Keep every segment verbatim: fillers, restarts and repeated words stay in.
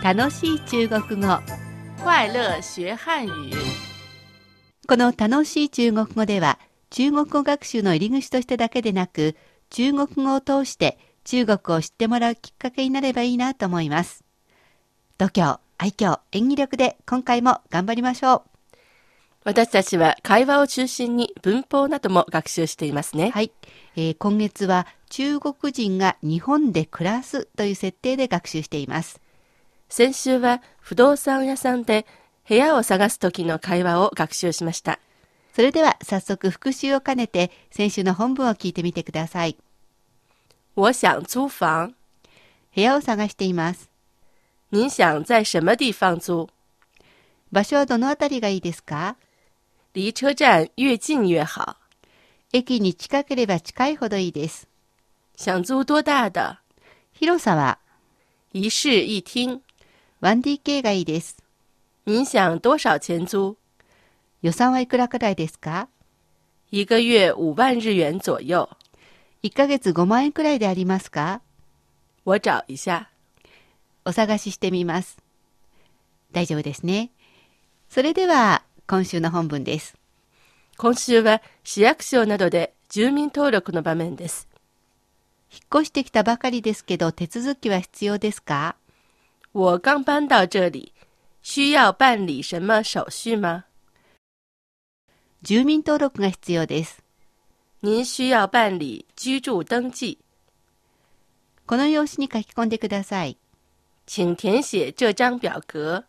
楽しい中国語。 快乐学汉语。 この楽しい中国語では、中国語学習の入り口としてだけでなく、中国語を通して中国を知ってもらうきっかけになればいいなと思います。度胸、愛嬌、演技力で今回も頑張りましょう。 私たちは会話を中心に文法なども学習していますね。 はい、えー、今月は中国人が日本で暮らすという設定で学習しています。 先週は不動産屋さんで部屋を探す時の会話を学習しました。 それでは早速復習を兼ねて先週の本文を聞いてみてください。 我想租房。 部屋を探しています。 您想在什么地方租？ 場所はどのあたりがいいですか？ 離車站越近越好。 駅に近ければ近いほどいいです。 想租多大的？ 広さは一室一厅。 ワンディーケー がいいです。 您想多少钱租？ 予算はいくらくらいですか？ 一个月五万日元左右。 いっかげつごまんえんくらいでありますか？ 我找一下。 お探ししてみます。大丈夫ですね。それでは今週の本文です。 今週は市役所などで住民登録の場面です。 引っ越してきたばかりですけど手続きは必要ですか？ 我刚搬到这里，需要办理什么手续吗？ 住民登録が必要です。 您需要办理居住登記。 この用紙に書き込んでください。 請填写这張表格。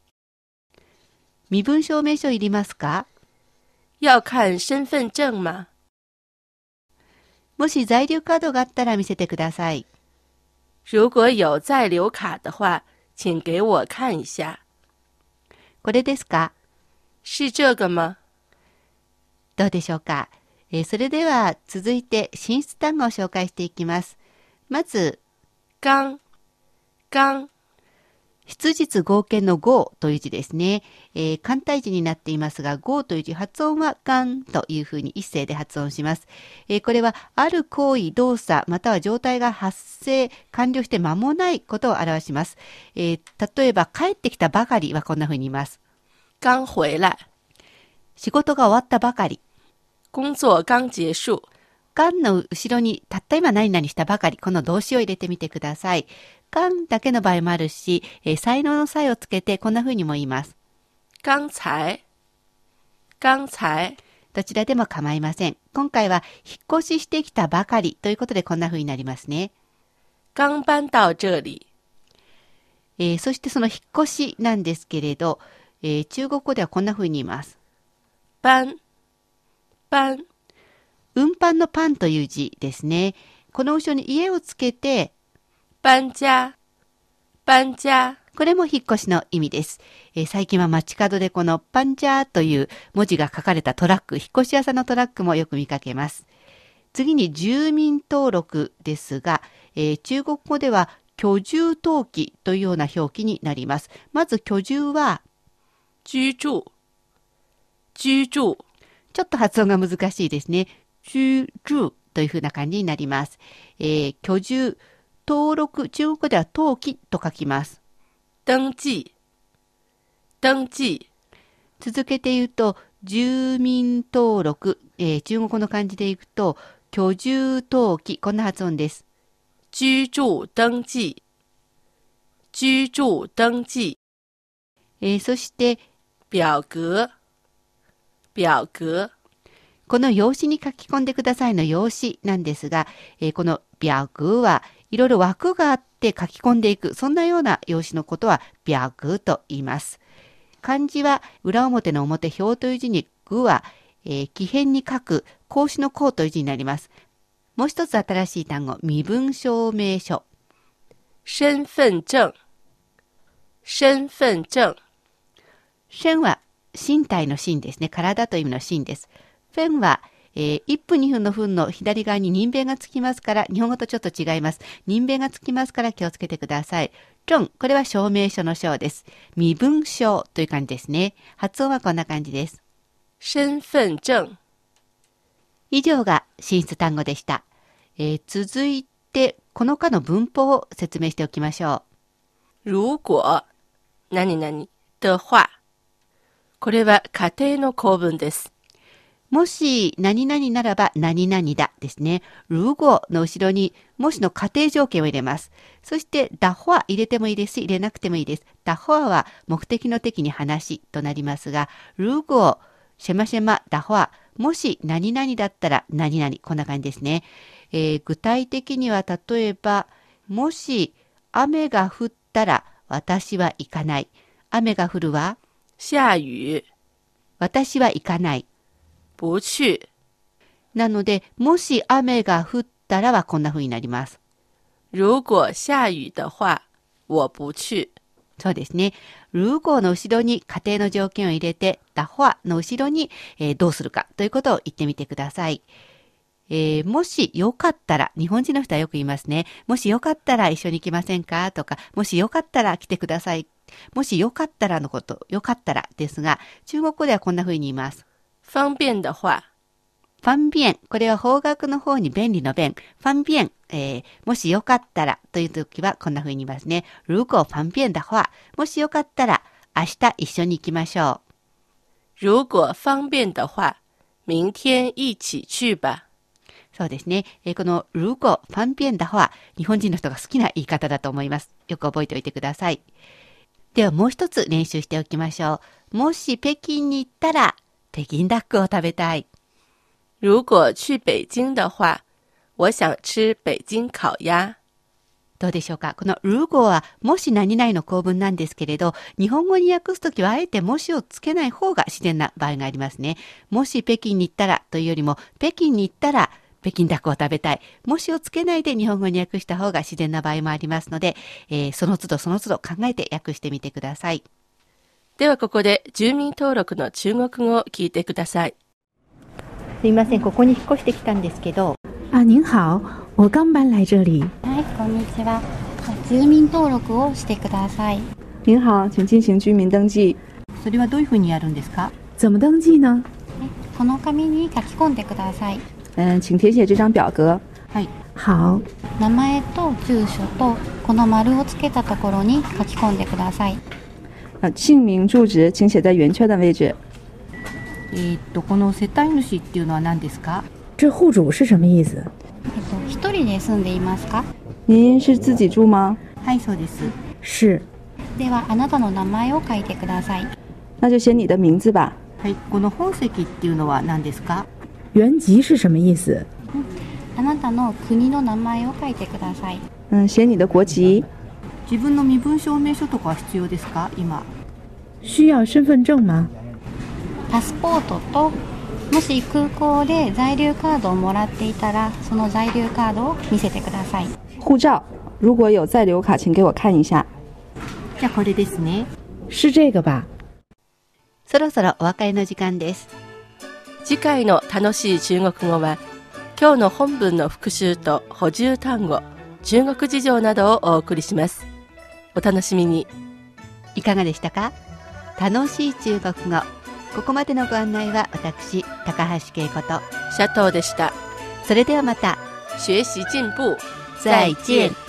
身分証明書いりますか？ 要看身份證嗎？ もし在留カードがあったら見せてください。 如果有在留卡的話，請給我看一下。 これですか？ 是這個嗎？ どうでしょうか？えー、それでは続いて進出単語を紹介していきます。まず、 剛、剛。 質実剛健の剛という字ですね。えー、簡体字になっていますが、剛という字、発音は剛というふうに一声で発音します。えー、これはある行為、動作、または状態が発生、完了して間もないことを表します。えー、例えば、帰ってきたばかりはこんなふうに言います。 剛回來。 仕事が終わったばかり。 工作剛結束。 剛の後ろにたった今何々したばかり、この動詞を入れてみてください。剛だけの場合もあるし、えー、才能の才をつけてこんな風にも言います。 剛才、剛才。 どちらでも構いません。今回は引っ越ししてきたばかりということでこんな風になりますね。 剛搬到這裡。 えー、そしてその引っ越しなんですけれど、えー、中国語ではこんな風に言います。 搬、搬。 運搬のパンという字ですね。この後ろに家をつけて、 搬家、搬家。 これも引っ越しの意味です。えー、最近は街角でこのパンジャーという文字が書かれたトラック、引っ越し屋さんのトラックもよく見かけます。次に住民登録ですが、えー、中国語では居住登記というような表記になります。まず居住は、 居住、居住。 ちょっと発音が難しいですね。居住というふうな感じになります。えー、居住、登録、中国語では登記と書きます。 登記、登記。 続けて言うと、住民登録、えー、中国語の漢字でいくと、居住登記、こんな発音です。 居住登記、居住登記。 えー、そして、 表格、表格。 この用紙に書き込んでくださいの用紙なんですが、えー、この表格はいろいろ枠があって書き込んでいく、そんなような用紙のことは表格と言います。漢字は裏表の表、表という字に具は、えー、木偏に書く格子の項という字になります。もう一つ新しい単語、身分証明書。 身份證、身份證。 身は身体の身ですね。体という意味の身です。分は、えー、いっぷんにふんの分の左側に人弁がつきますから、日本語とちょっと違います。人弁がつきますから気をつけてください。証、これは証明書の証です。身分証という感じですね。発音はこんな感じです。 身份證。 以上が進出単語でした。えー、続いて、この課の文法を説明しておきましょう。 如果何々的話。これは仮定の構文です。 もし何々ならば何々だですね。如果の後ろにもしの仮定条件を入れます。そしてだほは入れてもいいですし入れなくてもいいです。だほは目的の的に話となりますが、如果シェマシェマだほはもし何々だったら何々、こんな感じですね。えー、具体的には例えばもし雨が降ったら私は行かない。雨が降るは下雨。 私は行かない。 不去。 なので、もし雨が降ったらはこんな風になります。 如果下雨的話、我不去。 そうですね。如果の後ろに仮定の条件を入れて、だほはの後ろに、えー、どうするかということを言ってみてください。えー、もしよかったら、日本人の人はよく言いますね。もしよかったら一緒に行きませんかとか、もしよかったら来てください。もしよかったらのこと、よかったらですが、中国語ではこんな風に言います。 方便的話。 方便。これは方角の方に便利の便。方便。えー、もしよかったらという時はこんな風に言いますね。如果方便的話。もしよかったら明日一緒に行きましょう。如果方便的話、明天一起去吧。 そうですね。えー、この如果方便的話、日本人の人が好きな言い方だと思います。よく覚えておいてください。ではもう一つ練習しておきましょう。もし北京に行ったら、北京ダックを食べたい。 如果去北京的話、我想吃北京烤鴨。 どうでしょうか。この如果はもし何々の構文なんですけれど、日本語に訳すときはあえてもしをつけない方が自然な場合がありますね。もし北京に行ったらというよりも、北京に行ったら北京ダックを食べたい。もしをつけないで日本語に訳した方が自然な場合もありますので、えー、その都度その都度考えて訳してみてください。 ではここで住民登録の中国語を聞いてください。 すいません、ここに引っ越してきたんですけど。 あ、您好、我刚搬来这里。 はい、こんにちは。住民登録をしてください。 您好，请进行居民登記。 それはどういうふうにやるんですか？ 怎么登記呢？ この紙に書き込んでください。 嗯，请填写这张表格。 はい。 好。 名前と住所とこの丸をつけたところに書き込んでください。 呃，姓名、住址，请写在圆圈的位置。 えっと、この世帯主っていうのは何ですか？ 这户主是什么意思？ えっと、一人で住んでいますか？ 您是自己住吗？ はい、そうです。 是。 では、あなたの名前を書いてください。 那就写你的名字吧。 はい、この本籍っていうのは何ですか？ 原籍是什么意思？ あなたの国の名前を書いてください。 嗯，写你的国籍。 自分の身分証明書とかは必要ですか？今。 需要身份证吗？ パスポートと、もし空港で在留カードをもらっていたら、その在留カードを見せてください。 護照。如果有在留卡，请给我看一下。 じゃあこれですね。 是这个吧？ そろそろお別れの時間です。 次回の楽しい中国語は、今日の本文の復習と補充単語、中国事情などをお送りします。お楽しみに。 いかがでしたか？楽しい中国語。ここまでのご案内は私、高橋恵子とシャトーでした。 それではまた。 学習進步。 再見。